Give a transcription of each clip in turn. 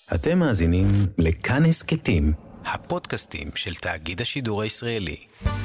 אתם מאזינים לכאן הסכתים, הפודקאסטים של תאגיד השידור הישראלי.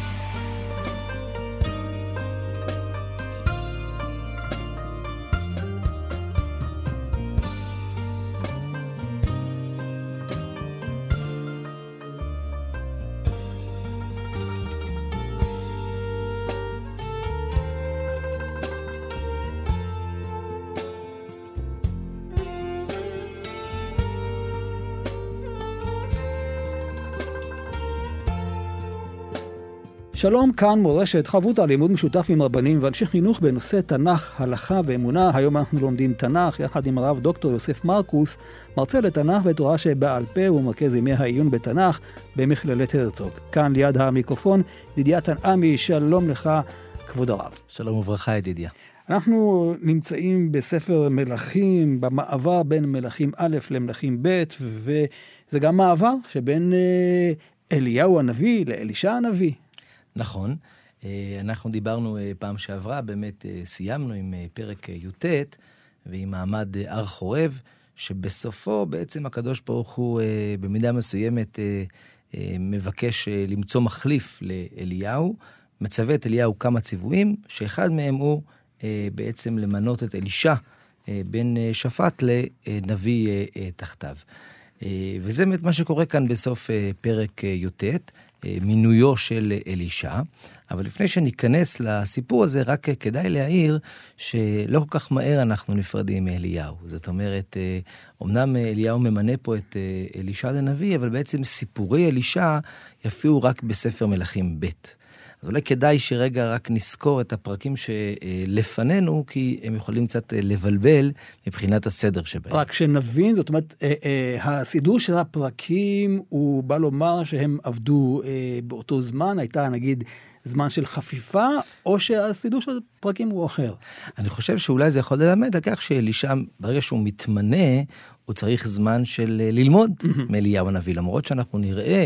שלום, כאן מורשת, חברותא לימוד משותף עם רבנים ואנשי חינוך בנושא תנ"ך, הלכה ואמונה. היום אנחנו לומדים תנ"ך יחד עם הרב דוקטור יוסף מרקוס, מרצה לתנ"ך ותורה שבעל פה ומרכז ימי העיון בתנ"ך במכללת הרצוג. כאן ליד המיקרופון, ידידיה תנעמי, שלום לך כבוד הרב. שלום וברכה ידידיה. אנחנו נמצאים בספר מלכים, במעבר בין מלכים א' למלכים ב', וזה גם מעבר שבין אליהו הנביא לאלישע הנביא. נכון, אנחנו דיברנו פעם שעברה, באמת סיימנו עם פרק י"ט ועם מעמד הר חורב, שבסופו בעצם הקדוש ברוך הוא במידה מסוימת מבקש למצוא מחליף לאליהו, מצווה את אליהו כמה ציוויים, שאחד מהם הוא בעצם למנות את אלישע בן שפט לנביא תחתיו. וזה באמת מה שקורה כאן בסוף פרק י"ט, מינויו של אלישע. אבל לפני שניכנס לסיפור הזה, רק כדאי להעיר שלא כל כך מהר אנחנו נפרדים מאליהו. זאת אומרת, אמנם אליהו ממנה פה את אלישע לנביא, אבל בעצם סיפורי אלישע יופיעו רק בספר מלכים ב'. אז אולי כדאי שרגע רק נזכור את הפרקים שלפנינו, כי הם יכולים קצת לבלבל מבחינת הסדר שבהם. רק שנבין, זאת אומרת, הסידור של הפרקים הוא בא לומר שהם עבדו באותו זמן, הייתה נגיד זמן של חפיפה, או שהסידור של הפרקים הוא אחר? אני חושב שאולי זה יכול ללמד על כך שאלישע, ברגע שהוא מתמנה, הוא צריך זמן של ללמוד מאליהו הנביא, למרות שאנחנו נראה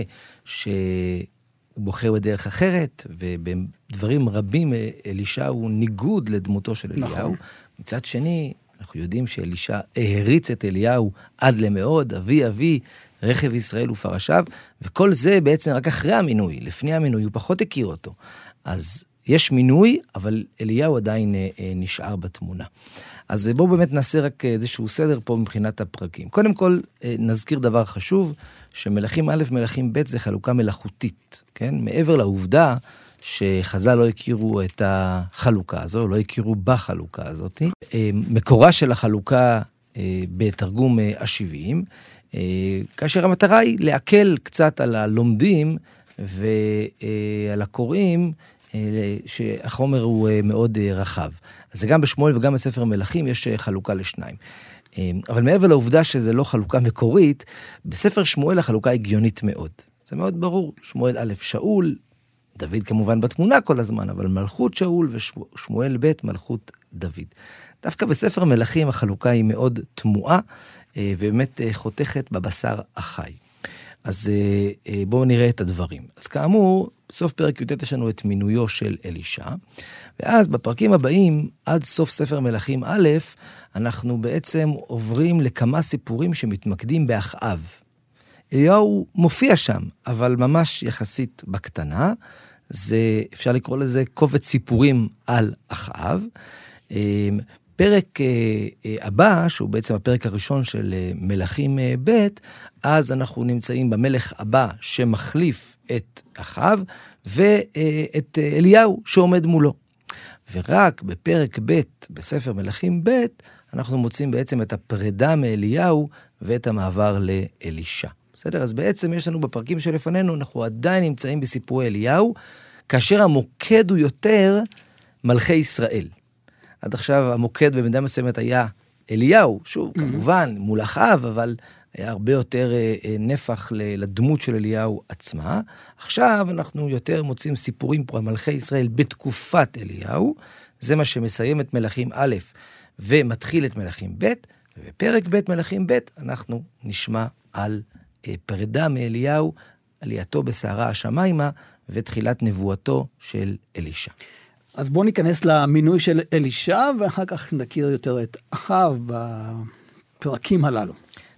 הוא בוחר בדרך אחרת, ובדברים רבים אלישע הוא ניגוד לדמותו של אליהו. נכון. מצד שני, אנחנו יודעים שאלישע העריץ את אליהו עד למאוד, אבי, רכב ישראל ופרשיו, וכל זה בעצם רק אחרי המינוי, לפני המינוי, הוא פחות הכיר אותו. אז יש מינוי, אבל אליהו עדיין נשאר בתמונה. אז בואו באמת נעשה רק איזשהו סדר פה מבחינת הפרקים. קודם כל, נזכיר דבר חשוב, שמלכים א' מלכים ב' זה חלוקה מלאכותית, כן? מעבר לעובדה שחז"ל לא הכירו את החלוקה הזו, לא הכירו בחלוקה הזאת. מקורה של החלוקה בתרגום השבעים, כאשר המטרה היא להקל קצת על הלומדים ועל הקוראים, שהחומר הוא מאוד רחב. אז זה גם בשמואל וגם בספר מלכים יש חלוקה לשניים. אבל מעבר לעובדה שזה לא חלוקה מקורית, בספר שמואל החלוקה הגיונית מאוד. זה מאוד ברור. שמואל א' שאול, דוד כמובן בתמונה כל הזמן, אבל מלכות שאול ושמואל ב' מלכות דוד. דווקא בספר מלכים החלוקה היא מאוד תמוהה, ובאמת חותכת בבשר החי. אז בואו נראה את הדברים. אז כאמור, בסוף פרק י"ט יש לנו את מינויו של אלישע, ואז בפרקים הבאים, עד סוף ספר מלכים א', אנחנו בעצם עוברים לכמה סיפורים שמתמקדים באחאב. אליהו מופיע שם, אבל ממש יחסית בקטנה. זה, אפשר לקרוא לזה קובץ סיפורים על אחאב. פרק הבא, שהוא בעצם הפרק הראשון של מלכים ב', אז אנחנו נמצאים במלך הבא שמחליף את אחאב, ואת אליהו שעומד מולו. ורק בפרק ב' בספר מלכים ב', אנחנו מוצאים בעצם את הפרידה מאליהו ואת המעבר לאלישע. בסדר? אז בעצם יש לנו בפרקים שלפנינו, אנחנו עדיין נמצאים בסיפורי אליהו, כאשר המוקד הוא יותר מלכי ישראל. עד עכשיו המוקד במידה מסוימת היה אליהו, שוב, כמובן, מול אחאב, אבל היה הרבה יותר נפח לדמות של אליהו עצמה. עכשיו אנחנו יותר מוצאים סיפורים פה על מלכי ישראל בתקופת אליהו, זה מה שמסיים את מלכים א' ומתחיל את מלכים ב', ובפרק ב' מלכים ב' אנחנו נשמע על פרידה מאליהו, עלייתו בסערה השמיימה, ותחילת נבואתו של אלישע. אז בואו ניכנס למינוי של אלישע, ואחר כך נכיר יותר את אחאב בפרקים הללו.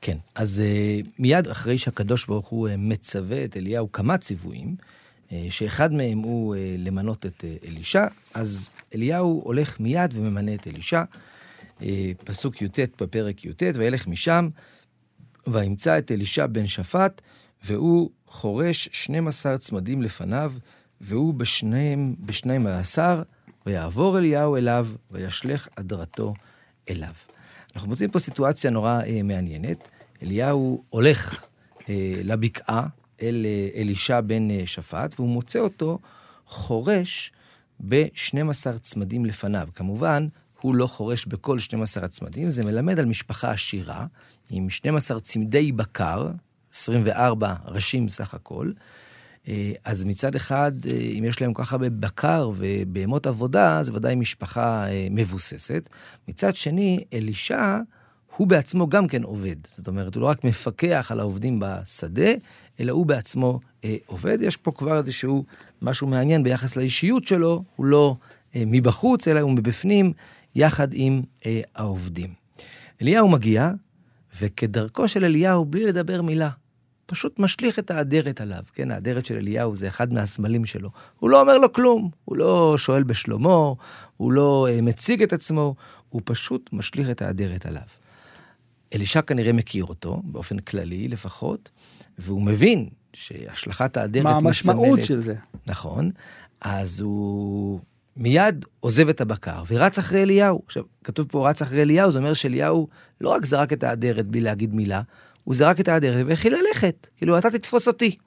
כן, אז מיד אחרי שהקדוש ברוך הוא מצווה את אליהו כמה ציוויים, שאחד מהם הוא למנות את אלישע, אז אליהו הולך מיד וממנה את אלישע, פסוק י"ט בפרק י"ט, וילך משם, וימצא את אלישע בן שפט, והוא חורש 12 צמדים לפניו, והוא בשניהם 12, ויעבור אליהו אליו, וישלך אדרתו אליו. אנחנו מוצאים פה סיטואציה נורא מעניינת. אליהו הולך לבקעה אל אלישע בן שפט, והוא מוצא אותו חורש ב-12 צמדים לפניו. כמובן, הוא לא חורש בכל 12 הצמדים, זה מלמד על משפחה עשירה, עם 12 צמדי בקר, 24 ראשים סך הכל. אז מצד אחד, אם יש להם ככה בבקר ובהמות עבודה, זה ודאי משפחה מבוססת. מצד שני, אלישע הוא בעצמו גם כן עובד. זאת אומרת, הוא לא רק מפקח על העובדים בשדה, אלא הוא בעצמו עובד. יש פה כבר איזשהו משהו מעניין ביחס לאישיות שלו, הוא לא מבחוץ, אלא הוא מבפנים, יחד עם העובדים. אליהו מגיע, וכדרכו של אליהו, בלי לדבר מילה, פשוט משליך את האדרת עליו, כן? האדרת של אליהו זה אחד מהסמלים שלו. הוא לא אומר לו כלום, הוא לא שואל בשלומו, הוא לא מציג את עצמו, הוא פשוט משליך את האדרת עליו. אלישע כנראה מכיר אותו, באופן כללי לפחות, והוא מבין שהשלכת האדרת מה המשמעות של זה? נכון, אז הוא מיד עוזב את הבקר ורץ אחרי אליהו. עכשיו, כתוב פה רץ אחרי אליהו, זה אומר שאליהו לא רק זרק את האדרת בלי להגיד מילה, הוא זרק את האדרת והחיל ללכת. כאילו, אתה תתפוס אותי.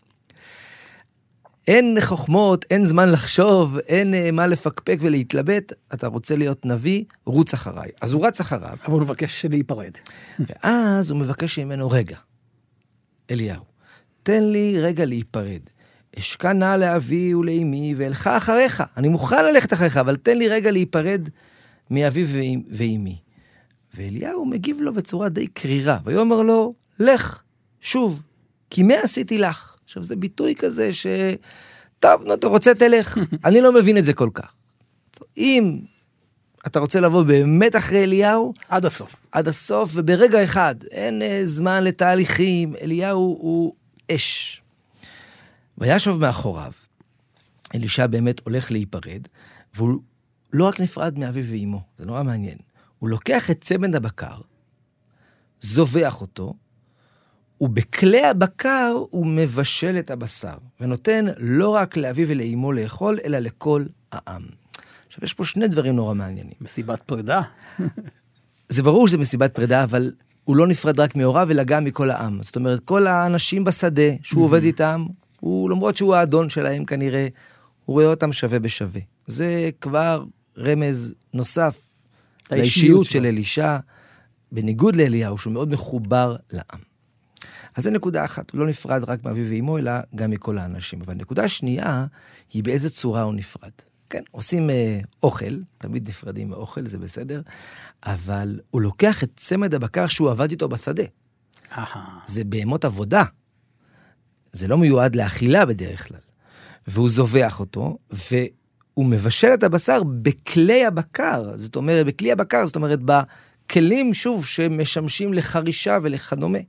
אין חוכמות, אין זמן לחשוב, אין מה לפקפק ולהתלבט. אתה רוצה להיות נביא, רוץ אחריי. אז הוא רץ אחריו. אבל הוא מבקש להיפרד. ואז הוא מבקש ממנו רגע. אליהו, תן לי רגע להיפרד. אשכע נא לאבי ולאמי ואלך אחריך. אני מוכן ללכת אחריך, אבל תן לי רגע להיפרד מאבי ואמי. ואליהו מגיב לו בצורה די קרירה, ויאמר לו, לך, שוב, כי מה עשיתי לך? עכשיו, זה ביטוי כזה טוב, נו, אתה רוצה תלך. אני לא מבין את זה כל כך. אם אתה רוצה לבוא באמת אחרי אליהו, עד הסוף. עד הסוף, וברגע אחד, אין זמן לתהליכים, אליהו הוא אש. וישוב מאחוריו, אלישע באמת הולך להיפרד, והוא לא רק נפרד מאביו ואימו, זה נורא מעניין. הוא לוקח את צמד הבקר, זובח אותו, ובכלי הבקר הוא מבשל את הבשר, ונותן לא רק לאביו ולאימו לאכול, אלא לכל העם. עכשיו, יש פה שני דברים נורא מעניינים. מסיבת פרידה. זה ברור שזה מסיבת פרידה, אבל הוא לא נפרד רק מהוריו, אלא גם מכל העם. זאת אומרת, כל האנשים בשדה שהוא עובד איתם, הוא, למרות שהוא האדון שלהם כנראה, הוא רואה אותם שווה בשווה. זה כבר רמז נוסף לאישיות של אלישע, בניגוד לאליהו, שהוא מאוד מחובר לעם. אז זו נקודה אחת, הוא לא נפרד רק מאביו ואימו, אלא גם מכל האנשים. אבל נקודה שנייה, היא באיזה צורה הוא נפרד. כן, עושים אוכל, תמיד נפרדים מאוכל, זה בסדר, אבל הוא לוקח את צמד הבקר שהוא עבד איתו בשדה. זה בהמות עבודה. זה לא מיועד לאכילה בדרך כלל. והוא זובח אותו, והוא מבשל את הבשר בכלי הבקר. זאת אומרת, בכלי הבקר, זאת אומרת, בכלים, שוב, שמשמשים לחרישה ולכדומה.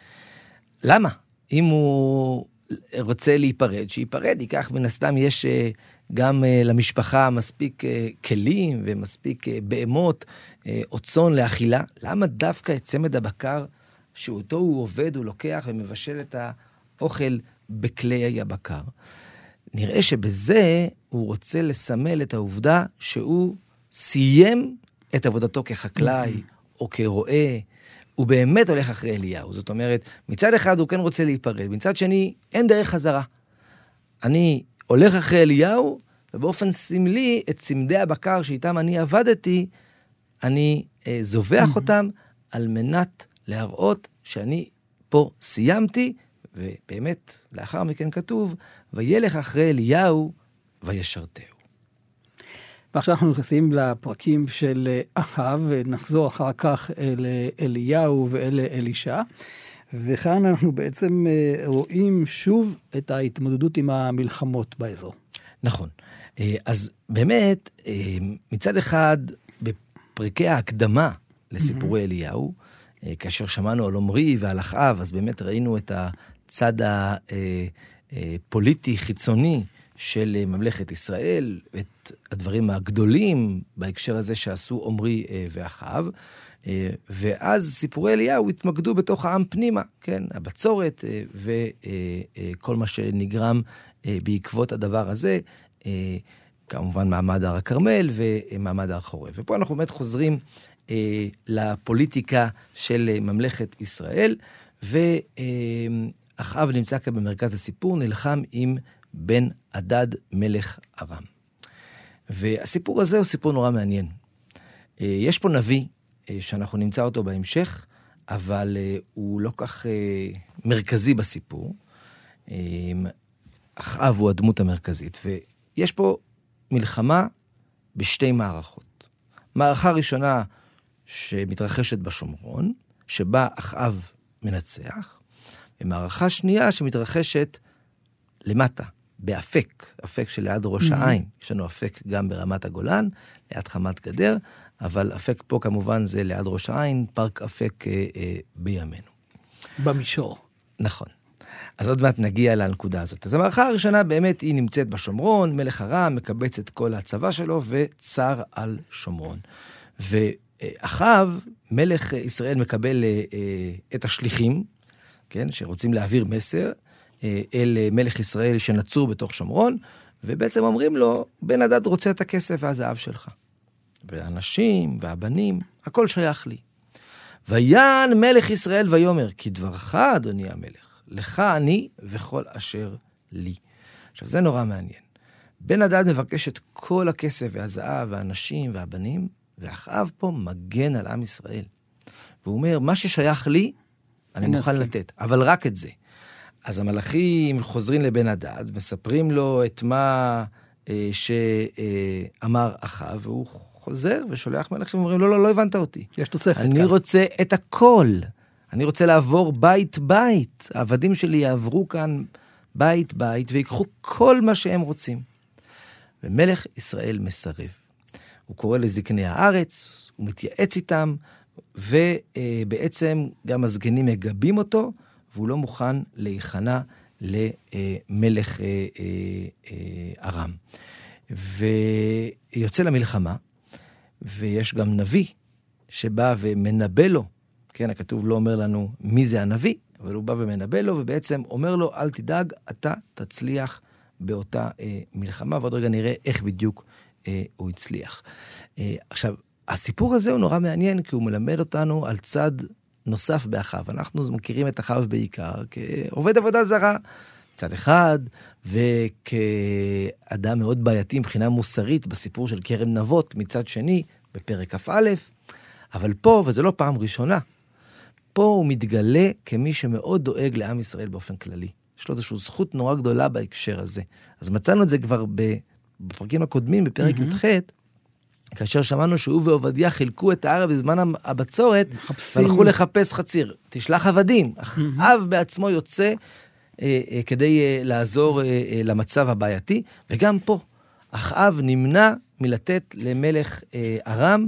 למה? אם הוא רוצה להיפרד, שיפרד, ייקח מן הסתם, יש גם למשפחה מספיק כלים ומספיק בהמות או צאן לאכילה. למה דווקא את צמד הבקר, שאותו הוא עובד, הוא לוקח ומבשל את האוכל בכלי הבקר? נראה שבזה הוא רוצה לסמל את העובדה שהוא סיים את עבודתו כחקלאי או כרועה, הוא באמת הולך אחרי אליהו. זאת אומרת, מצד אחד הוא כן רוצה להיפרד, מצד שני אין דרך חזרה. אני הולך אחרי אליהו, ובאופן סמלי את צמדי הבקר שאיתם אני עבדתי, אני זובח אותם על מנת להראות שאני פה סיימתי, ובאמת לאחר מכן כתוב, וילך אחרי אליהו וישרתהו. ועכשיו אנחנו נכנסים לפרקים של אחאב, ונחזור אחר כך אל אליהו ואל אלישע, וכאן אנחנו בעצם רואים שוב את ההתמודדות עם המלחמות באזור. נכון. אז באמת, מצד אחד, בפרקי ההקדמה לסיפורי אליהו, כאשר שמענו על עומרי ועל אחאב, אז באמת ראינו את הצד הפוליטי חיצוני של ממלכת ישראל, את הדברים הגדולים בהקשר הזה שעשו עומרי ואחאב, ואז סיפורי אליהו התמקדו בתוך העם פנימה, כן? הבצורת וכל מה שנגרם בעקבות הדבר הזה, כמובן מעמד הר הכרמל ומעמד הר חורב. ופה אנחנו באמת חוזרים לפוליטיקה של ממלכת ישראל, ואחאב נמצא כאן במרכז הסיפור, נלחם עם בן הדד מלך ארם. והסיפור הזה הוא סיפור נורא מעניין. יש פה נביא שאנחנו נמצא אותו בהמשך, אבל הוא לא כך מרכזי בסיפור. אחאב הוא הדמות המרכזית, ויש פה מלחמה בשתי מערכות. מערכה ראשונה שמתרחשת בשומרון, שבה אחאב מנצח, ומערכה שנייה שמתרחשת למטה, באפק, אפק שליד ראש העין. יש לנו אפק גם ברמת הגולן, ליד חמת גדר, אבל אפק פה כמובן זה ליד ראש העין, פארק אפק בימינו. במישור. נכון. אז עוד מעט נגיע לנקודה הזאת. אז המערכה הראשונה באמת היא נמצאת בשומרון, מלך ארם מקבץ את כל הצבא שלו וצר על שומרון. ואחאב, מלך ישראל מקבל את השליחים, כן, שרוצים להעביר מסר, אל מלך ישראל שנצור בתוך שומרון, ובעצם אומרים לו, בן הדד רוצה את הכסף והזהב שלך. והאנשים והבנים, הכל שייך לי. ויען מלך ישראל ויאמר, כי דברך, אדוני המלך, לך אני וכל אשר לי. עכשיו, זה נורא מעניין. בן הדד מבקש את כל הכסף והזהב והאנשים והבנים, ואחאב פה מגן על עם ישראל. והוא אומר, מה ששייך לי, אני מוכן לתת, אבל רק את זה. אז המלאכים חוזרים לבן הדד, מספרים לו את מה שאמר אחאב, והוא חוזר ושולח מלאכים, ואומרים, לא הבנת אותי. יש תוספת כאן. אני רוצה את הכל. אני רוצה לעבור בית. העבדים שלי יעברו כאן בית, ויקחו כל מה שהם רוצים. ומלך ישראל מסרב. הוא קורא לזקני הארץ, הוא מתייעץ איתם, ובעצם גם הזקנים מגבים אותו, והוא לא מוכן להיכנע למלך ארם. ויוצא למלחמה, ויש גם נביא שבא ומנבא לו, כן, הכתוב לא אומר לנו מי זה הנביא, אבל הוא בא ומנבא לו, ובעצם אומר לו, אל תדאג, אתה תצליח באותה מלחמה, ועוד רגע נראה איך בדיוק הוא הצליח. עכשיו, הסיפור הזה הוא נורא מעניין, כי הוא מלמד אותנו על צד נוסף באחאב. אנחנו מכירים את אחאב בעיקר כעובד עבודה זרה, צד אחד, וכאדם מאוד בעייתי מבחינה מוסרית בסיפור של כרם נבות, מצד שני, בפרק כ"א, אבל פה, וזה לא פעם ראשונה, פה הוא מתגלה כמי שמאוד דואג לעם ישראל באופן כללי. יש לו איזושהי זכות נורא גדולה בהקשר הזה. אז מצאנו את זה כבר בפרקים הקודמים, בפרק י"ח, כאשר שמענו שהוא ועובדיה חילקו את הערב בזמן הבצורת, והלכו לחפש חציר. תשלח עבדים. אחאב בעצמו יוצא כדי לעזור למצב הבעייתי, וגם פה, אחאב נמנע מלתת למלך ארם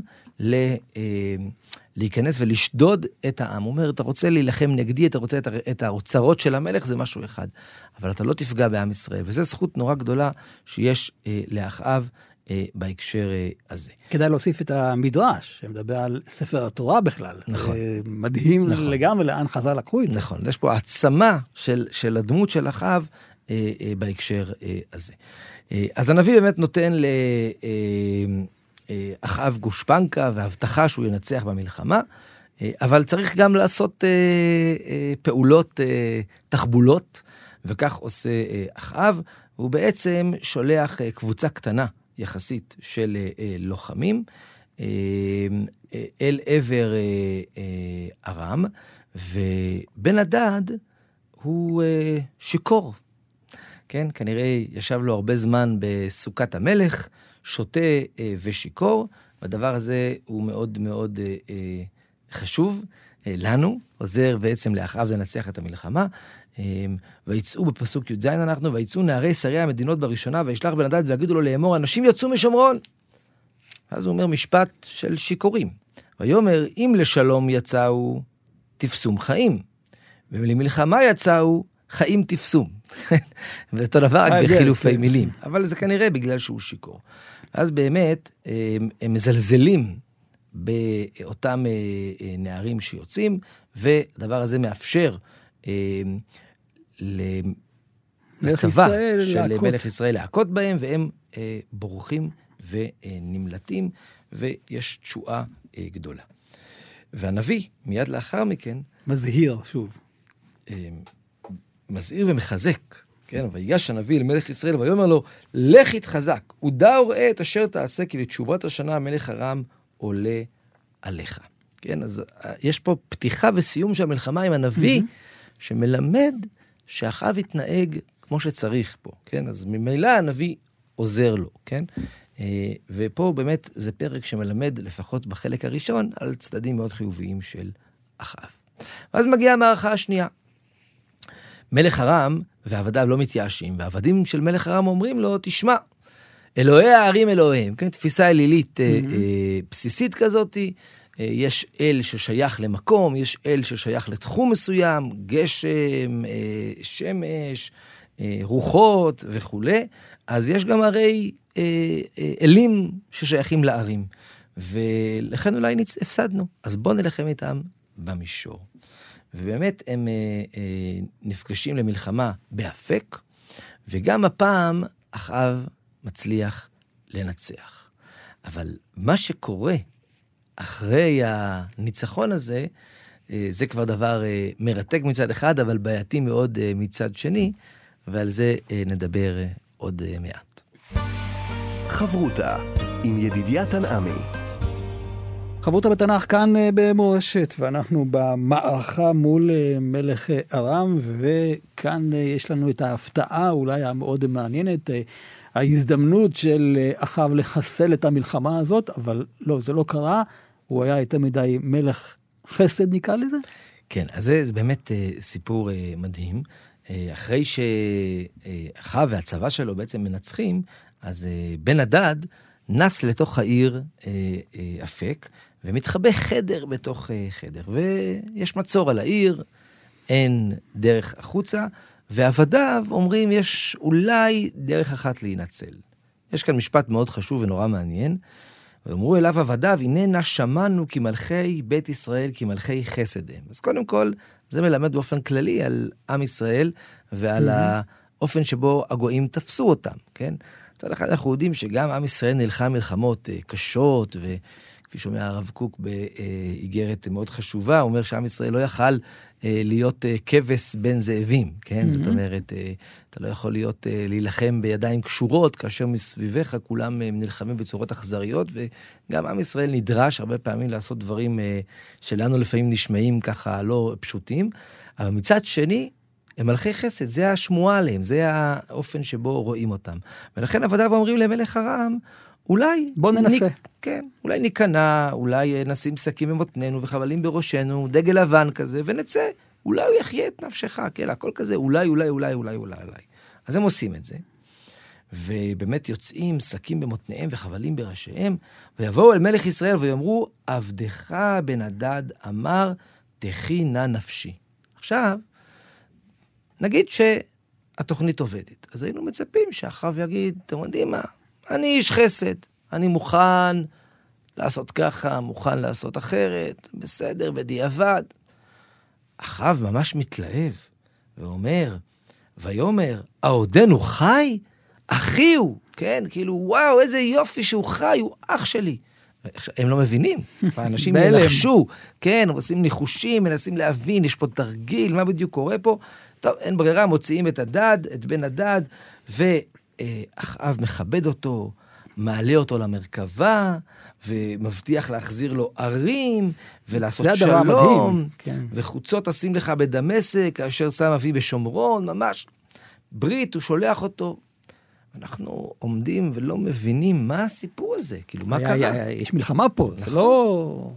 להיכנס ולשדוד את העם. הוא אומר, אתה רוצה להילחם נגדי, אתה רוצה את האוצרות של המלך, זה משהו אחד. אבל אתה לא תפגע בעם ישראל, וזו זכות נורא גדולה שיש לאחאב בהקשר הזה. כדאי להוסיף את המדרש, שמדבר על ספר התורה בכלל. נכון. זה מדהים לגמרי לאן חז"ל לקחו את זה. נכון, יש פה העצמה של הדמות של אחאב בהקשר הזה. אז הנביא באמת נותן לאחאב גושפנקה והבטחה שהוא ינצח במלחמה, אבל צריך גם לעשות פעולות תחבולות, וכך עושה אחאב, והוא בעצם שולח קבוצה קטנה יחסית של לוחמים אל עבר ארם, ובן הדד הוא שיקור. כן, כנראה ישב לו הרבה זמן בסוכת המלך, שותה ושיקור, והדבר הזה הוא מאוד מאוד חשוב לנו, עוזר בעצם לאחאב לנצח את המלחמה. ויצאו בפסוק י"ז אנחנו, ויצאו נערי שרי המדינות בראשונה, וישלח בן הדד ויגידו לו לאמור, אנשים יצאו משומרון. אז הוא אומר משפט של שיקורים. ויאמר, אם לשלום יצאו, תפסום חיים. ולמלחמה יצאו חיים תפסום. ואותו דבר רק בחילופי מילים. אבל זה כנראה בגלל שהוא שיקור. אז באמת, הם מזלזלים באותם נערים שיוצאים, והדבר הזה מאפשר לצבא של מלך ישראל להכות בהם, והם בורחים ונמלטים, ויש תשועה גדולה. והנביא, מיד לאחר מכן, מזהיר שוב. מזהיר ומחזק, כן? ויגש הנביא למלך ישראל, ויאמר לו, לך התחזק, ודע וראה את אשר תעשה, כי לתשובת השנה המלך ארם עולה עליך. כן? אז יש פה פתיחה וסיום של המלחמה עם הנביא, שמלמד שאחאב יתנהג כמו שצריך פה, כן? אז ממילא הנביא עוזר לו, כן? ופה באמת זה פרק שמלמד, לפחות בחלק הראשון, על צדדים מאוד חיוביים של אחאב. ואז מגיעה המערכה השנייה. מלך ארם ועבדיו לא מתייאשים, והעבדים של מלך ארם אומרים לו, תשמע, אלוהי הערים אלוהיהם, כן? תפיסה אלילית בסיסית כזאת, יש אל ששייך למקום, יש אל ששייך לתחום מסוים, גשם, שמש, רוחות וכו'. אז יש גם הרי אלים ששייכים לערים, ולכן אולי הפסדנו. אז בואו נלחם איתם במישור. ובאמת הם נפגשים למלחמה באפק, וגם הפעם אחאב מצליח לנצח. אבל מה שקורה אחרי הניצחון הזה, זה כבר דבר מרתק מצד אחד, אבל בעייתי מאוד מצד שני, ועל זה נדבר עוד מעט. חברותה עם ידידיה תנעמי. חברותה בתנ"ך כאן במורשת, ואנחנו במערכה מול מלך ארם, וכאן יש לנו את ההפתעה, אולי המאוד מעניינת, ההזדמנות של אחאב לחסל את המלחמה הזאת, אבל לא, זה לא קרה, הוא היה יותר מדי מלך חסד נקרא לזה? כן, אז זה באמת סיפור מדהים. אחרי שאחאב והצבא שלו בעצם מנצחים, אז בן הדד נס לתוך העיר אפק, ומתחבא חדר בתוך חדר, ויש מצור על העיר, אין דרך החוצה, ועבדיו אומרים, יש אולי דרך אחת להינצל. יש כאן משפט מאוד חשוב ונורא מעניין, ואומרו אליו עבדיו, הננה שמענו כי מלכי בית ישראל, כי מלכי חסד הם. אז קודם כל, זה מלמד באופן כללי על עם ישראל, ועל האופן שבו הגויים תפסו אותם, כן? מצד אחד אנחנו יודעים שגם עם ישראל נלחם מלחמות קשות, וכפי שאומר הרב קוק באיגרת מאוד חשובה, הוא אומר שעם ישראל לא יכל להיות כבש בין זאבים, כן? זאת אומרת, אתה לא יכול להילחם בידיים קשורות, כאשר מסביבך כולם נלחמים בצורות אכזריות, וגם עם ישראל נדרש הרבה פעמים לעשות דברים שלנו לפעמים נשמעים ככה לא פשוטים, אבל מצד שני, הם מלכי חסד, זה השמועה עליהם, זה האופן שבו רואים אותם. ולכן עבדיו אומרים למלך ארם, אולי... בוא ננסה. כן, אולי ניכנע, אולי נשים שקים במותנינו וחבלים בראשנו, דגל לבן כזה, ונצא. אולי הוא יחיה את נפשך, כן, הכל כזה, אולי. אז הם עושים את זה. ובאמת יוצאים שקים במותניהם וחבלים בראשיהם, ויבואו אל מלך ישראל ויאמרו, עבדך בן הדד אמר, תחי נא נפשי. עכשיו, נגיד שהתוכנית עובדת. אז היינו מצפים שאחאב יגיד, אתם יודעים מה? אני איש חסד, אני מוכן לעשות ככה, מוכן לעשות אחרת, בסדר, בדיעבד. אחאב ממש מתלהב, ואומר, ויאמר, העודנו חי? אחי הוא, כן? כאילו, וואו, איזה יופי שהוא חי, הוא אח שלי. הם לא מבינים, האנשים נחשו, כן, עושים ניחושים, מנסים להבין, יש פה תרגיל, מה בדיוק קורה פה? טוב, אין ברירה, מוציאים את הדד, את בן הדד, ואחאב מכבד אותו, מעלה אותו למרכבה, ומבטיח להחזיר לו ערים, ולעשות שלום, כן. וחוצות תשים לך בדמשק, כאשר שם אבי בשומרון, ממש ברית, הוא שולח אותו. אנחנו עומדים ולא מבינים מה הסיפור הזה, כאילו, מה קרה? יש מלחמה פה, זה לא...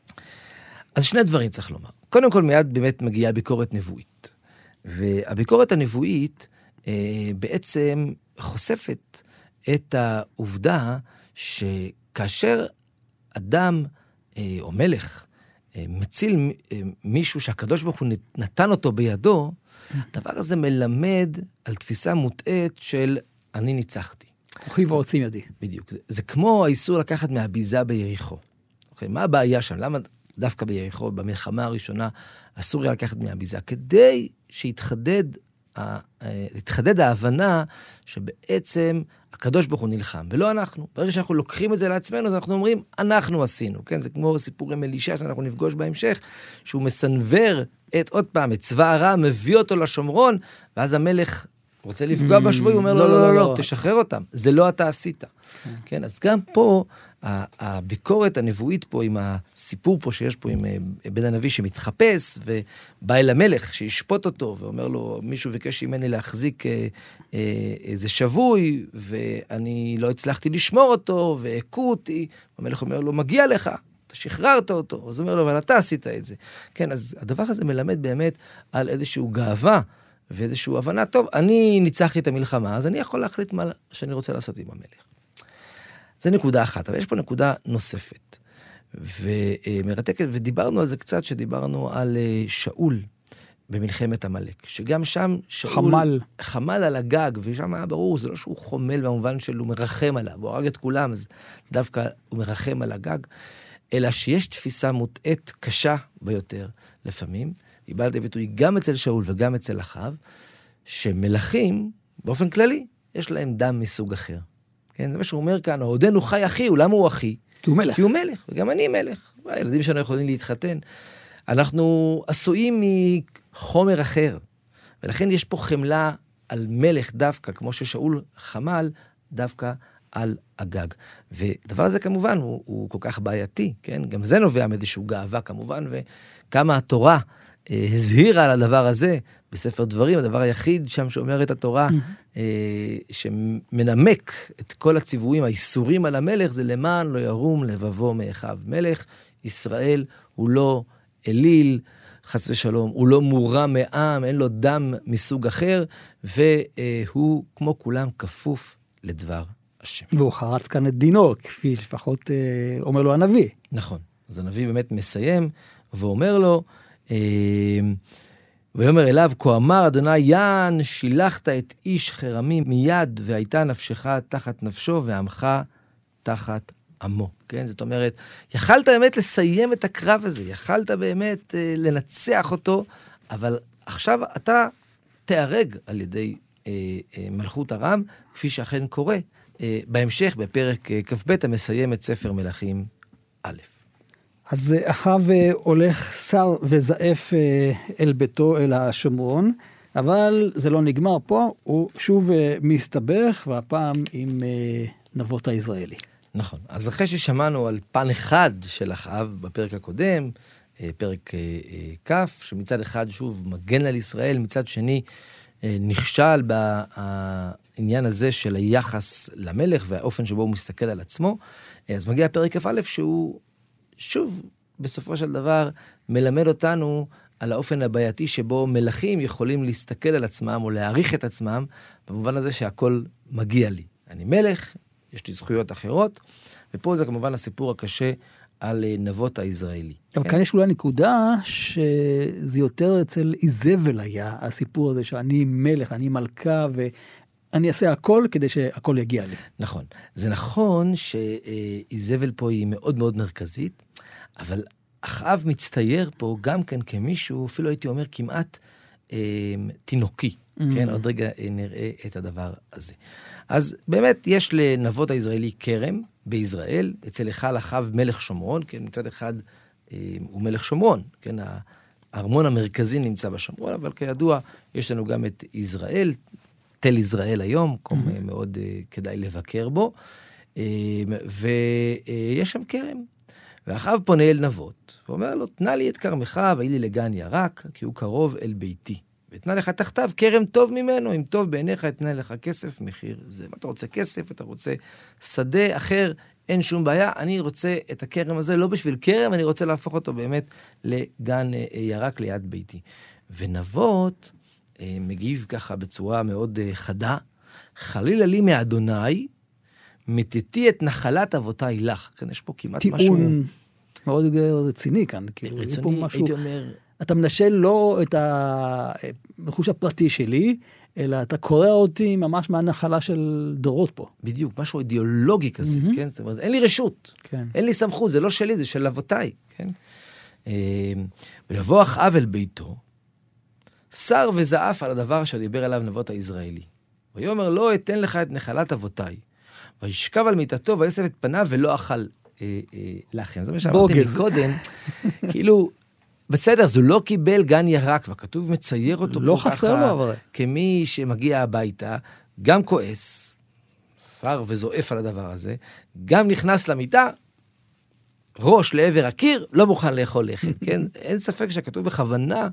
אז שני דברים צריך לומר. קודם כל, מיד באמת מגיעה ביקורת נבואית. והביקורת הנבואית בעצם חושפת את העובדה שכאשר אדם או מלך מציל מישהו שהקדוש ברוך הוא נתן אותו בידו, הדבר הזה מלמד על תפיסה מוטעת של אני ניצחתי. כוחי ועוצם ידי. בדיוק. זה כמו האיסור לקחת מהביזה ביריחו. אוקיי, מה הבעיה שם? למה דווקא ביריחו, במלחמה הראשונה, אסור היה לקחת מהביזה? כדי להתחדד ההבנה שבעצם הקדוש ברוך הוא נלחם, ולא אנחנו. ברגע שאנחנו לוקחים את זה לעצמנו, אז אנחנו אומרים, אנחנו עשינו, כן? זה כמו סיפור עם אלישע שאנחנו נפגוש בהמשך, שהוא מסנבר עוד פעם, את צבא הרע, מביא אותו לשומרון, ואז המלך רוצה לפגוע בשבוי, הוא אומר, לא, תשחרר אותם. זה לא אתה עשית. כן? אז גם פה, הביקורת הנבואית פה, עם הסיפור פה שיש פה עם בן הנביא שמתחפש, ובא אל המלך שישפוט אותו, ואומר לו, מישהו ביקש ממני להחזיק איזה שבוי, ואני לא הצלחתי לשמור אותו, והכו אותי. המלך אומר לו, מגיע לך, אתה שחררת אותו. אז הוא אומר לו, אבל אתה עשית את זה. כן, אז הדבר הזה מלמד באמת על איזשהו גאווה, ואיזשהו הבנה, טוב, אני ניצחתי את המלחמה, אז אני יכול להחליט מה שאני רוצה לעשות עם המלך. זה נקודה אחת, אבל יש פה נקודה נוספת, ומרתקת, ודיברנו על זה קצת, שדיברנו על שאול במלחמת עמלק, שגם שם שאול חמל על הגג, ושם היה ברור, זה לא שהוא חומל במובן שהוא מרחם עליו, הוא הרג את כולם, אז דווקא הוא מרחם על הגג, אלא שיש תפיסה מוטעת קשה ביותר לפעמים, היא באה לידי ביטוי גם אצל שאול וגם אצל אחיו, שמלכים, באופן כללי, יש להם דם מסוג אחר. כן? זה מה שהוא אומר כאן, עודנו חי אחי, למה הוא אחי? כי הוא מלך. כי הוא מלך, וגם אני מלך. הילדים שלנו יכולים להתחתן. אנחנו עשויים מחומר אחר, ולכן יש פה חמלה על מלך דווקא, כמו ששאול חמל דווקא על הגג. ודבר הזה כמובן הוא כל כך בעייתי, כן? גם זה נובע מאיזשהו גאווה כמובן, וכמה התורה הזהירה על הדבר הזה, בספר דברים, הדבר היחיד שם שאומר את התורה, שמנמק את כל הציוויים, האיסורים על המלך, זה למען לא ירום לבבו מאחיו. מלך ישראל הוא לא אליל, חס ושלום, הוא לא מורם מעם, אין לו דם מסוג אחר, והוא כמו כולם כפוף לדבר השם. והוא חרץ כאן את דינו, כפי לפחות אומר לו הנביא. נכון, אז הנביא באמת מסיים, ואומר לו, ויאמר אליו, כה אמר אדוני יען, שילחת את איש חרמי מיד, והייתה נפשך תחת נפשו, ועמך תחת עמו. כן? זאת אומרת, יכלת באמת לסיים את הקרב הזה, יכלת באמת לנצח אותו, אבל עכשיו אתה תיהרג על ידי מלכות ארם, כפי שאכן קורה. בהמשך, בפרק כ"ב, המסיים את ספר מלכים א'. אז אחאב הולך שר וזעף אל ביתו, אל השומרון, אבל זה לא נגמר פה, הוא שוב מסתבך, והפעם עם נבות הישראלי. נכון. אז אחרי ששמענו על פן אחד של אחאב בפרק הקודם, פרק כ', שמצד אחד שוב מגן על ישראל, מצד שני נכשל בעניין הזה של היחס למלך והאופן שבו הוא מסתכל על עצמו, אז מגיע פרק כ"א שהוא שוב, בסופו של דבר, מלמד אותנו על האופן הבעייתי שבו מלכים יכולים להסתכל על עצמם או להעריך את עצמם, במובן הזה שהכל מגיע לי. אני מלך, יש לי זכויות אחרות, ופה זה כמובן הסיפור הקשה על נבות הישראלי. אבל כאן יש אולי נקודה שזה יותר אצל איזבל היה, הסיפור הזה שאני מלך, אני מלכה, ואני אעשה הכל כדי שהכל יגיע לי. נכון. זה נכון שאיזבל פה היא מאוד מאוד מרכזית, אבל אחאב מצטייר פה גם כן כמישהו, אפילו הייתי אומר כמעט תינוקי. כן, עוד רגע נראה את הדבר הזה. אז באמת יש לנבות הישראלי כרם בישראל, אצל היכל אחאב מלך שומרון, כן, מצד אחד הוא מלך שומרון, כן, הארמון המרכזי נמצא בשומרון, אבל כידוע יש לנו גם את ישראל, תל ישראל היום, מקום מאוד כדאי לבקר בו, ויש שם כרם. ואחאב פונה אל נבות, ואומר לו, תנה לי את כרמך, והיא לי לגן ירק, כי הוא קרוב אל ביתי. ותנה לך תחתיו כרם טוב ממנו, אם טוב בעיניך, תנה לך כסף, מחיר זה. מה אתה רוצה כסף, אתה רוצה שדה אחר, אין שום בעיה, אני רוצה את הכרם הזה, לא בשביל כרם, אני רוצה להפוך אותו באמת לגן ירק ליד ביתי. ונבות מגיב ככה בצורה מאוד חדה, חלילה לי מאדוני, מתתי את נחלת אבותיי לך. כאן יש פה כמעט משהו מאוד רציני כאן. כאילו, רציני, הייתי אומר... אתה מנשל לא את הרכוש הפרטי שלי, אלא אתה קורא אותי ממש מהנחלה של דורות פה. בדיוק, משהו אידיאולוגי כזה, כן? זאת אומרת, אין לי רשות, אין לי סמכות, זה לא שלי, זה של אבותיי, כן? ויבוא אחאב אל ביתו, שר וזעף על הדבר שדיבר עליו נבות הישראלי. ויאמר, לא אתן לך את נחלת אבותיי. וישכב על מיטתו ויסב את פניו ולא אכל לחם. זה מה שאמרתי מקודם, כאילו, בסדר, זו לא קיבל גן ירק, והכתוב מצייר אותו לא חסר לו, כמי שמגיע הביתה, גם כועס, שר וזועף על הדבר הזה, גם נכנס למיטה, ראש לעבר הקיר, לא מוכן לאכול לחם, כן? אין ספק שהכתוב בכוונה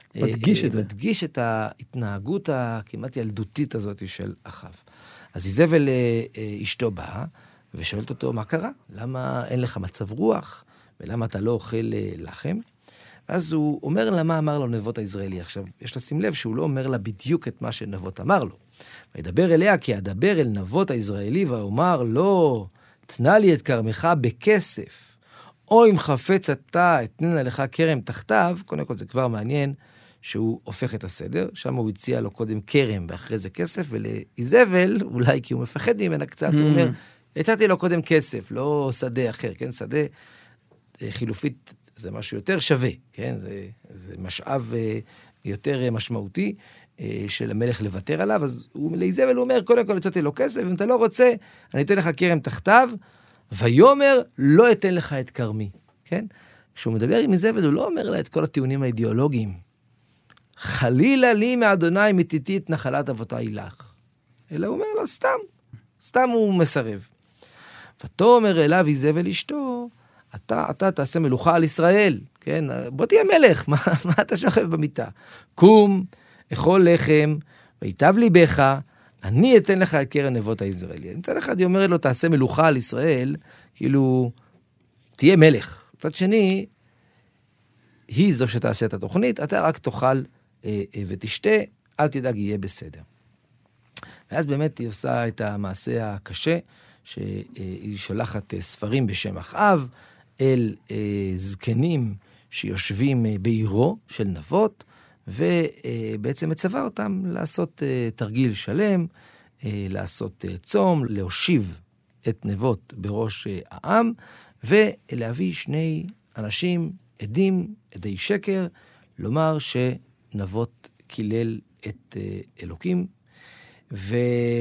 מדגיש את ההתנהגות הכמעט ילדותית הזאת של אחאב. אז איזבל אשתו באה, ושואלת אותו, מה קרה? למה אין לך מצב רוח? ולמה אתה לא אוכל לחם? אז הוא אומר לה מה אמר לו נבות הישראלי. עכשיו, יש לשים לב שהוא לא אומר לה בדיוק את מה שנבות אמר לו. וידבר אליה, כי אדבר אל נבות הישראלי, ואומר, לא, תנה לי את כרמך בכסף, או אם חפץ אתה, אתננה לך כרם תחתיו. קודם כל זה כבר מעניין שהוא הופך את הסדר, שם הוא הציע לו קודם כרם, ואחרי זה כסף, ולאיזבל, אולי כי הוא מפחד ממנה קצת, הוא אומר, הצעתי לו קודם כסף, לא שדה אחר, כן? שדה חילופית זה משהו יותר שווה, כן? זה משאב יותר משמעותי של המלך לוותר עליו, אז לאיזבל הוא אומר, קודם כל הצעתי לו כסף, אם אתה לא רוצה, אני אתן לך כרם תחתיו, ויאמר, לא אתן לך את כרמי, כן? כשהוא מדבר עם איזבל, הוא לא אומר לה את כל הטיעונים האידיאולוגיים. חלילה לי מאדוני מתיתי את נחלת אבותיי לך. אלא הוא אומר לו, סתם הוא מסרב. ותאמר אליו איזבל אשתו, אתה תעשה מלוכה על ישראל, כן? בוא תהיה מלך, מה אתה שוכב במיטה? קום, אכול לחם, ויטב ליבך, אני אתן לך את קרן נבות הישראלי. מצד אחד היא אומרת לו, תעשה מלוכה על ישראל, כאילו, תהיה מלך. מצד שני, היא זו שתעשה את התוכנית, אתה רק תאכל ותשתה, אל תדאג, יהיה בסדר. ואז באמת היא עושה את המעשה הקשה, שהיא שולחת ספרים בשם אחאב, אל זקנים שיושבים בעירו של נבות, ובעצם מצווה אותם לעשות תרגיל שלם, לעשות צום, להושיב את נבות בראש העם, ולהביא שני אנשים עדי שקר, לומר שנבות קילל את אלוקים, וכך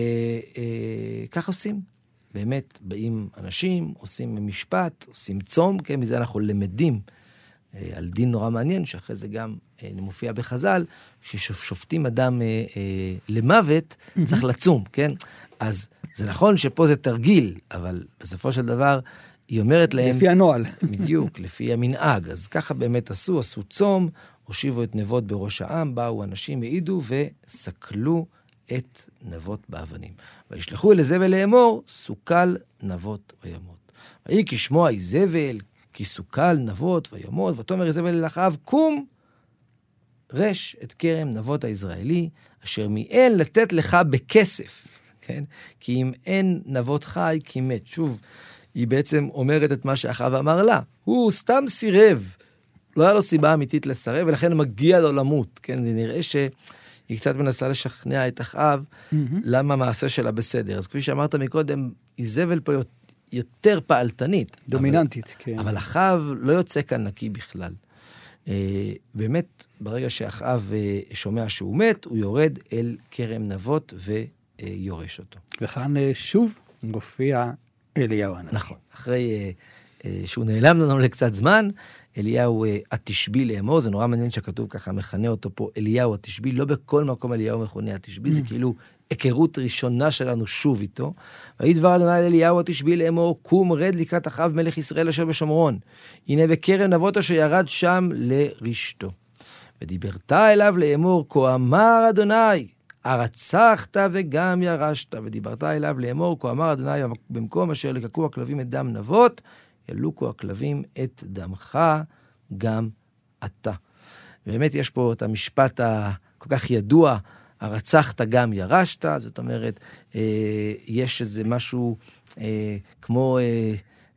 עושים. באמת באים אנשים, עושים משפט, עושים צום, כן, מזה אנחנו למדים על דין נורא מעניין, שאחרי זה גם מופיע בחז"ל, ששופטים אדם למוות, צריך לצום, כן? אז זה נכון שפה זה תרגיל, אבל בסופו של דבר היא אומרת להם... לפי הנועל. בדיוק, לפי המנהג. אז ככה באמת עשו צום, הושיבו את נבות בראש העם, באו אנשים, העידו וסקלו את נבות באבנים. וישלחו אל איזבל לאמור, סוקל נבות וימות. ויהי כשמוע איזבל, כי סוקל נבות וימות, ותאמר איזבל אל אחאב, קום, רש את כרם נבות הישראלי, אשר מיאן לתת לך בכסף, כן? כי אם אין נבות חי, כי מת. שוב, היא בעצם אומרת את מה שאחאב אמר לה. הוא סתם סירב. לא היה לו סיבה אמיתית לסרב, ולכן מגיע לו למות, כן? זה נראה שהיא קצת מנסה לשכנע את אחאב, למה המעשה שלה בסדר. אז כפי שאמרת מקודם, איזבל פה יותר פעלתנית. דומיננטית, כן. אבל אחאב לא יוצא כאן נקי בכלל. באמת, ברגע שאחאב שומע שהוא מת, הוא יורד אל כרם נבות ויורש אותו. וכאן שוב מופיע אליהו הנביא. נכון. אחרי שהוא נעלם לנו לקצת זמן, אליהו התשבי לאמור, זה נורא מעניין שהכתוב ככה מכנה אותו פה, אליהו התשבי, לא בכל מקום אליהו מכונה התשבי, זה כאילו היכרות ראשונה שלנו שוב איתו. ויהי דבר אדוני אל אליהו התשבי לאמור, קום רד לקראת אחאב מלך ישראל אשר בשומרון, הנה בכרם נבות אשר ירד שם לרשתו. ודיברת אליו לאמור, כה אמר אדוני, הרצחת וגם ירשת, ודיברת אליו לאמור, כה אמר אדוני, במקום אשר לקקו הכלבים את דם נבות, ילוקו הכלבים את דמך גם אתה. באמת יש פה את המשפט הכל כך ידוע, הרצחת גם ירשת, זאת אומרת, יש איזה משהו כמו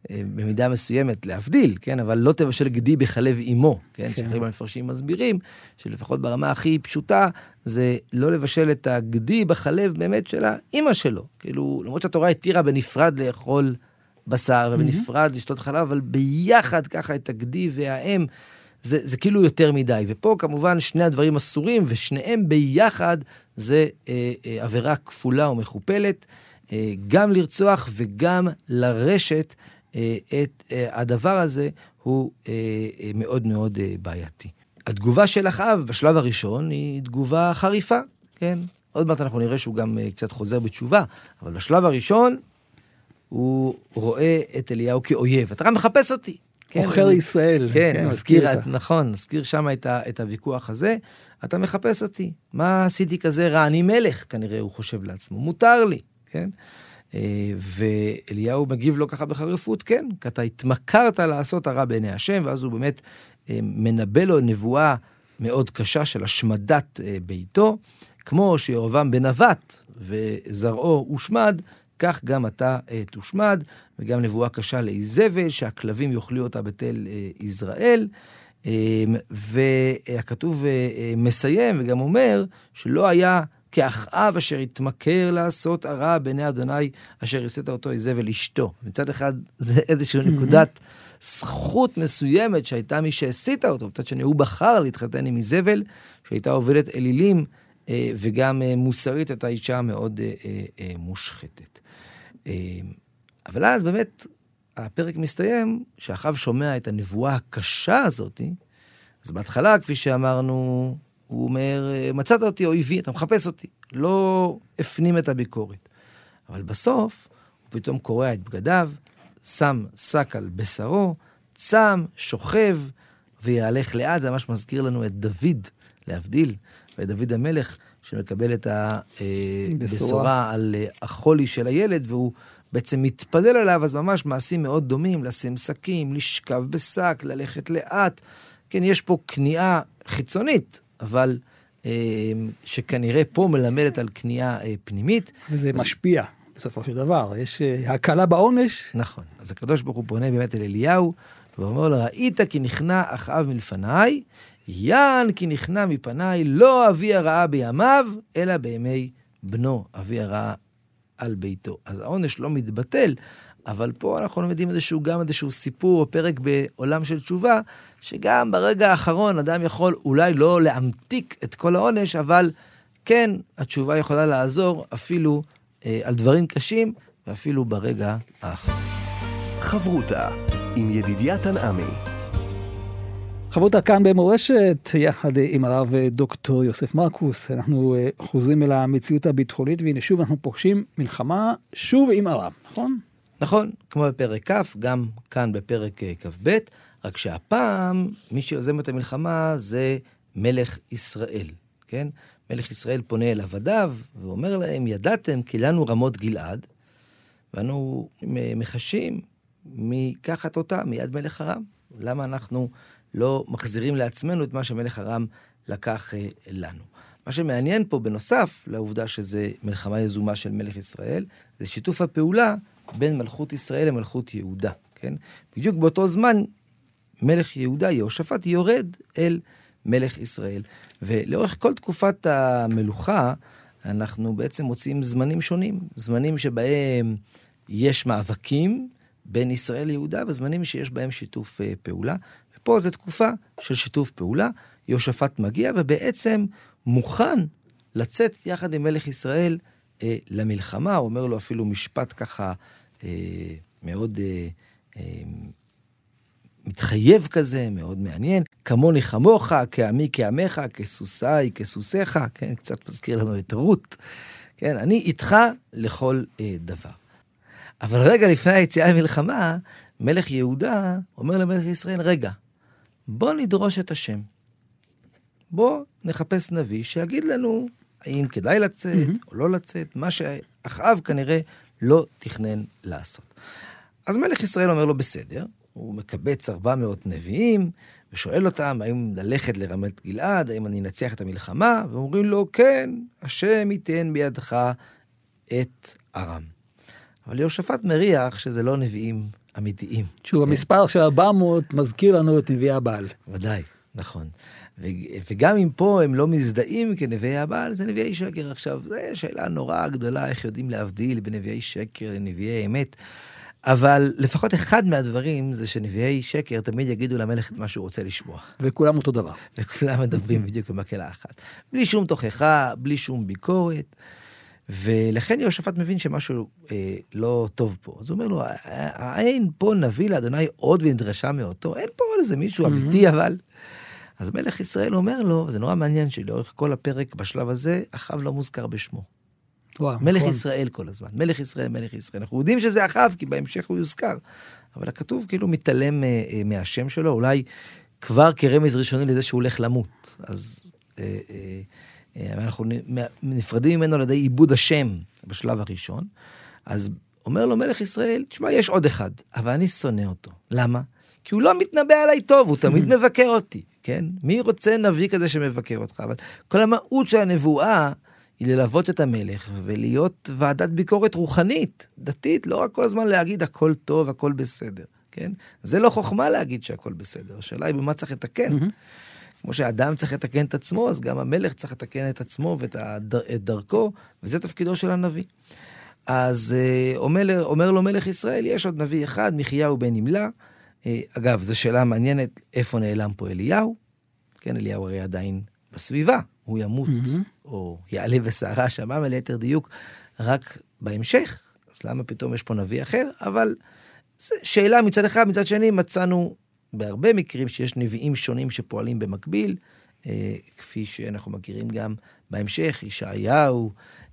במידה מסוימת להבדיל, כן? אבל לא תבשל גדי בחלב אימו, כן? שחלק מהמפרשים מסבירים, שלפחות ברמה הכי פשוטה, זה לא לבשל את הגדי בחלב באמת של האמא שלו. כאילו, למרות שהתורה התירה בנפרד לאכול בשר, ובנפרד לשתות חלב, אבל ביחד ככה את הגדי והאם, זה כאילו יותר מדי. ופה כמובן שני הדברים אסורים, ושניהם ביחד זה עבירה כפולה ומכופלת, גם לרצוח וגם לרשת את הדבר הזה הוא מאוד מאוד בעייתי. התגובה של אחאב בשלב הראשון היא תגובה חריפה, כן? עוד מעט אנחנו נראה שהוא גם קצת חוזר בתשובה, אבל בשלב הראשון הוא רואה את אליהו כאויב. אתה גם מחפש אותי. עוכר ישראל. כן, נזכיר שם את הוויכוח הזה. אתה מחפש אותי. מה עשיתי כזה רע? אני מלך, כנראה הוא חושב לעצמו. מותר לי, כן? ואליהו מגיב לו ככה בחריפות, כן, כי אתה התמכרת לעשות הרע בעיני השם, ואז הוא באמת מנבא לו נבואה מאוד קשה של השמדת ביתו, כמו שירבעם בן נבט וזרעו הושמד, כך גם אתה תושמד, וגם נבואה קשה לאיזבל, שהכלבים יאכלו אותה בתל יזרעאל, והכתוב מסיים וגם אומר שלא היה כאחאב אשר התמכר לעשות הרע בעיני אדוני, אשר יסית אותו איזבל אשתו. מצד אחד זה איזושהי נקודת זכות מסוימת שהייתה מי שהסיתה אותו, מצד שני הוא בחר להתחתן עם איזבל, שהייתה עובדת אלילים, וגם מוסרית הייתה אישה מאוד מושחתת. אבל אז באמת הפרק מסתיים, שאחאב שומע את הנבואה הקשה הזאת, אז בהתחלה, כפי שאמרנו, הוא אומר, מצאת אותי אויבי, אתה מחפש אותי. לא הפנים את הביקורת. אבל בסוף, הוא פתאום קורע את בגדיו, שם שק על בשרו, צם, שוכב, ויהלך לאט. זה ממש מזכיר לנו את דוד, להבדיל, ואת דוד המלך, שמקבל את הבשורה על החולי של הילד, והוא בעצם מתפלל עליו, אז ממש מעשים מאוד דומים, לשים שקים, לשכב בשק, ללכת לאט. כן, יש פה כניעה חיצונית, אבל שכנראה פה מלמדת על כניעה פנימית. וזה משפיע בסופו של דבר, יש הקלה בעונש. נכון, אז הקדוש ברוך הוא פונה באמת אל אליהו, ואומר לו, ראית כי נכנע אחאב מלפניי, יען כי נכנע מפניי, לא אביא הרעה בימיו, אלא בימי בנו אביא הרעה על ביתו. אז העונש לא מתבטל, אבל פה אנחנו לומדים גם איזשהו סיפור או פרק בעולם של תשובה, שגם ברגע האחרון אדם יכול אולי לא להמתיק את כל העונש, אבל כן, התשובה יכולה לעזור אפילו על דברים קשים, ואפילו ברגע האחרון. חברותה עם ידידיה תנעמי. חברותה כאן במורשת, יחד עם הרב דוקטור יוסף מרקוס. אנחנו חוזרים אל המציאות הביטחונית, והנה שוב אנחנו פוגשים מלחמה שוב עם ארם, נכון? נכון, כמו בפרק כ', גם כאן בפרק כ"ב, רק שהפעם מי שיוזם את המלחמה זה מלך ישראל, כן? מלך ישראל פונה אל עבדיו ואומר להם, ידעתם כי לנו רמות גלעד, ואנו מחשים מקחת אותה מיד מלך ארם. למה אנחנו לא מחזירים לעצמנו את מה שמלך ארם לקח לנו? מה שמעניין פה בנוסף לעובדה שזה מלחמה יזומה של מלך ישראל, זה שיתוף הפעולה בין מלכות ישראל למלכות יהודה, כן? בדיוק באותו זמן מלך יהודה, יהושפט, יורד אל מלך ישראל. ולאורך כל תקופת המלוכה, אנחנו בעצם מוצאים זמנים שונים, זמנים שבהם יש מאבקים בין ישראל ליהודה, וזמנים שיש בהם שיתוף פעולה. ופה זו תקופה של שיתוף פעולה, יהושפט מגיע ובעצם מוכן לצאת יחד עם מלך ישראל למלחמה, הוא אומר לו אפילו משפט ככה מאוד מתחייב כזה, מאוד מעניין, כמוני כמוך, כעמי כעמך, כסוסי כסוסיך, כן, קצת מזכיר לנו את רות, כן, אני איתך לכל דבר. אבל רגע לפני היציאה למלחמה, מלך יהודה אומר למלך ישראל, רגע, בוא נדרוש את השם. בוא נחפש נביא שיגיד לנו האם כדאי לצאת או לא לצאת, מה שאחאב כנראה לא תכנן לעשות. אז מלך ישראל אומר לו בסדר, הוא מקבץ 400 נביאים, ושואל אותם האם ללכת לרמת גלעד, האם אני אנצח את המלחמה, ואומרים לו כן, השם ייתן בידך את ארם. אבל יהושפט מריח שזה לא נביאים אמיתיים. שהוא המספר של 400 מזכיר לנו את נביאי הבעל. ודאי, נכון. וגם אם פה הם לא מזדהים כנביאי הבעל, זה נביאי שקר. עכשיו, זו שאלה נורא גדולה, איך יודעים להבדיל בין נביאי שקר לנביאי אמת. אבל לפחות אחד מהדברים זה שנביאי שקר תמיד יגידו למלך את מה שהוא רוצה לשמוע. וכולם אותו דבר. וכולם מדברים בדיוק במקהלה אחת. בלי שום תוכחה, בלי שום ביקורת. ולכן יהושפט מבין שמשהו לא טוב פה. אז הוא אומר לו, אין פה נביא לאדוני עוד ונדרשה מאותו, אין פה איזה מישהו אמיתי, אבל... אז מלך ישראל אומר לו, וזה נורא מעניין שלאורך כל הפרק בשלב הזה, אחאב לא מוזכר בשמו. וואו, מלך נכון. ישראל כל הזמן, מלך ישראל, מלך ישראל. אנחנו יודעים שזה אחאב, כי בהמשך הוא יוזכר. אבל הכתוב כאילו מתעלם מהשם שלו, אולי כבר כרמז ראשוני לזה שהוא הולך למות. אז אנחנו נפרדים ממנו על ידי עיבוד השם בשלב הראשון. אז אומר לו מלך ישראל, תשמע, יש עוד אחד, אבל אני שונא אותו. למה? כי הוא לא מתנבא עליי טוב, הוא תמיד מבקר אותי, כן? מי רוצה נביא כזה שמבקר אותך? אבל כל המהות של הנבואה היא ללוות את המלך ולהיות ועדת ביקורת רוחנית, דתית, לא רק כל הזמן להגיד הכל טוב, הכל בסדר, כן? זה לא חוכמה להגיד שהכל בסדר, השאלה היא במה צריך לתקן. כמו שאדם צריך לתקן את עצמו, אז גם המלך צריך לתקן את עצמו ואת דרכו, וזה תפקידו של הנביא. אז אומר לו מלך ישראל, יש עוד נביא אחד, מיכיהו בן נמלה. אגב, זו שאלה מעניינת, איפה נעלם פה אליהו? כן, אליהו הרי עדיין בסביבה, הוא ימות, או יעלה בסערה שמם, ליתר דיוק, רק בהמשך. אז למה פתאום יש פה נביא אחר? אבל זו שאלה מצד אחד, מצד שני, מצאנו בהרבה מקרים שיש נביאים שונים שפועלים במקביל, כפי שאנחנו מכירים גם בהמשך, ישעיהו,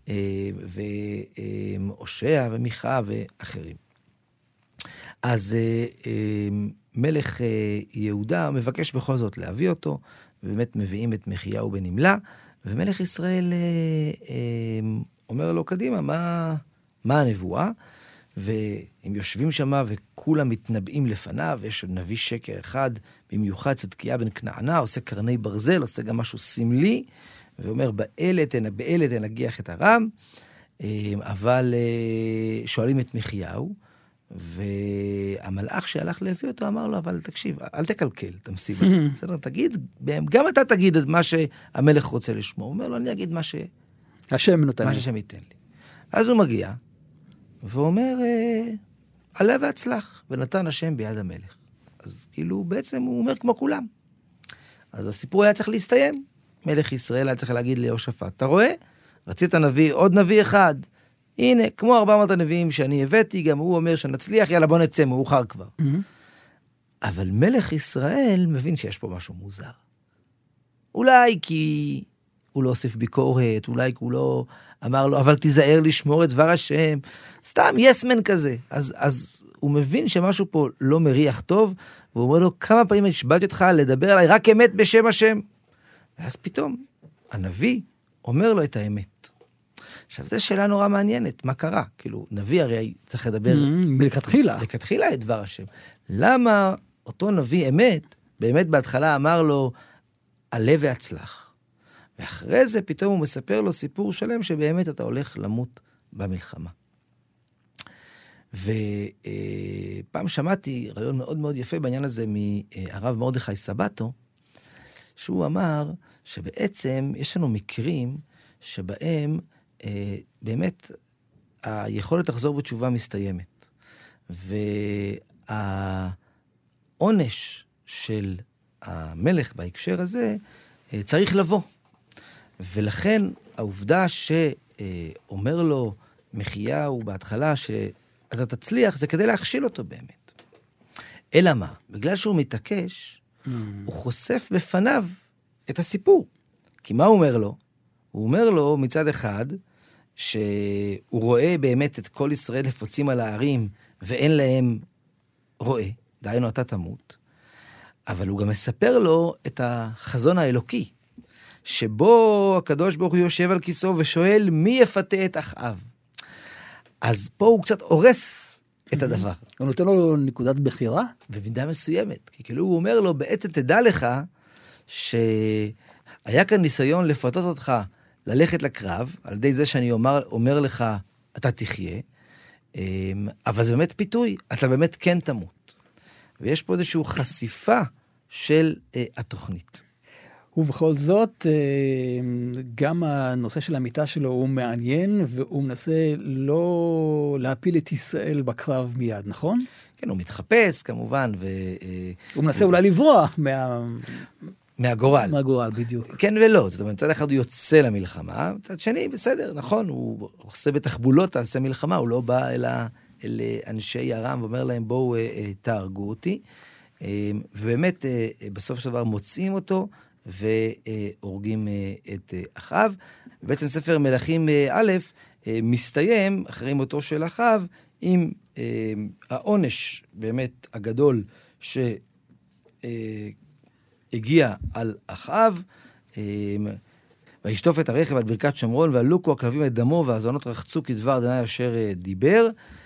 והושע ומיכה ואחרים. אז מלך יהודה מבקש בכל זאת להביא אותו, ובאמת מביאים את מיכיהו בן נמלה, ומלך ישראל אומר לו, קדימה, מה הנבואה? והם יושבים שם וכולם מתנבאים לפניו, ויש נביא שקר אחד, במיוחד צדקיה בן כנענה, עושה קרני ברזל, עושה גם משהו סמלי, ואומר, באלת תנגיח את הרם, אבל שואלים את מיכיהו, והמלאך שהלך להביא אותו אמר לו, אבל תקשיב, אל תקלקל את המסיבה. בסדר, תגיד, גם אתה תגיד את מה שהמלך רוצה לשמוע. הוא אומר לו, אני אגיד מה השם נותן לי. מה שהשם ייתן לי. אז הוא מגיע, ואומר, עלה והצלח, ונתן השם ביד המלך. אז כאילו, בעצם הוא אומר כמו כולם. אז הסיפור היה צריך להסתיים. מלך ישראל היה צריך להגיד ליהושפט, אתה רואה? רצית נביא, עוד נביא אחד. הנה, כמו 400 הנביאים שאני הבאתי, גם הוא אומר שנצליח, יאללה בוא נצא, מאוחר כבר. אבל מלך ישראל מבין שיש פה משהו מוזר. אולי כי הוא לא הוסיף ביקורת, אולי כי הוא לא אמר לו, אבל תיזהר לשמור את דבר השם, סתם יסמן כזה. אז הוא מבין שמשהו פה לא מריח טוב, והוא אומר לו, כמה פעמים השבעתי אותך לדבר עליי רק אמת בשם השם. ואז פתאום הנביא אומר לו את האמת. עכשיו, זו שאלה נורא מעניינת, מה קרה? כאילו, נביא הרי צריך לדבר... לכתחילה את דבר השם. למה אותו נביא אמת, באמת בהתחלה אמר לו, עלה והצלח. ואחרי זה פתאום הוא מספר לו סיפור שלם, שבאמת אתה הולך למות במלחמה. ופעם שמעתי רעיון מאוד מאוד יפה בעניין הזה, מהרב מרדכי סבתו, שהוא אמר שבעצם יש לנו מקרים שבהם באמת היכולת לחזור בתשובה מסתיימת. והעונש של המלך בהקשר הזה צריך לבוא. ולכן העובדה שאומר לו מיכיהו בהתחלה שאתה תצליח, זה כדי להכשיל אותו באמת. אלא מה? בגלל שהוא מתעקש, הוא חושף בפניו את הסיפור. כי מה הוא אומר לו? הוא אומר לו מצד אחד, שהוא רואה באמת את כל ישראל לפוצים על הערים, ואין להם רואה, דהיינו אתה תמות, אבל הוא גם מספר לו את החזון האלוקי, שבו הקדוש ברוך הוא יושב על כיסאו ושואל מי יפתה את אחאב. אז פה הוא קצת הורס את הדבר. הוא נותן לו נקודת בחירה? במידה מסוימת, כי כאילו הוא אומר לו, בעצם תדע לך שהיה כאן ניסיון לפתות אותך ללכת לקרב, על ידי זה שאני אומר לך, אתה תחיה, אבל זה באמת פיתוי, אתה באמת כן תמות. ויש פה איזושהי חשיפה של התוכנית. ובכל זאת, גם הנושא של המיטה שלו הוא מעניין, והוא מנסה לא להפיל את ישראל בקרב מיד, נכון? כן, הוא מתחפש כמובן, הוא מנסה אולי לברוח מהגורל. מהגורל, בדיוק. כן ולא, זאת אומרת, מצד אחד הוא יוצא למלחמה, מצד שני, בסדר, נכון, הוא עושה בתחבולות, תעשה מלחמה, הוא לא בא אל אנשי ארם ואומר להם, בואו תהרגו אותי, ובאמת, בסוף של דבר מוצאים אותו, והורגים את אחאב. ובעצם ספר מלכים א' מסתיים, אחרי מותו של אחאב, עם העונש באמת הגדול שהגיע על אחאב, וישטוף את הרכב על ברכת שומרון, והלוקו הכלבים את דמו, והזונות רחצו כדבר אדוני אשר דיבר,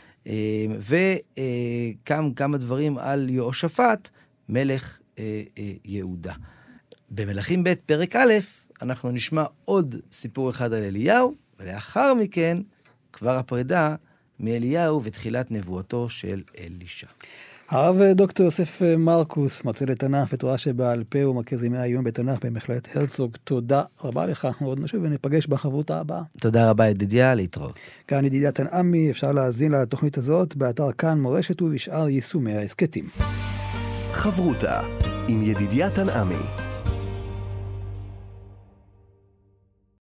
וכמה דברים על יהושפט, מלך יהודה. במלכים ב' פרק א', אנחנו נשמע עוד סיפור אחד על אליהו, ולאחר מכן כבר הפרידה מאליהו ותחילת נבואתו של אלישע. הרב דוקטור יוסף מרקוס, מרצה לתנ"ך ותורה שבעל פה ומרכז ימי העיון בתנ"ך במכללת הרצוג, תודה רבה לך. עוד נשוב וניפגש בחברותה הבאה. תודה רבה ידידיה, להתראות. כאן ידידיה תנעמי, אפשר להאזין לתוכנית הזאת באתר כאן מורשת ובשאר יישומי ההסכתים. חברותה עם ידידיה תנעמי.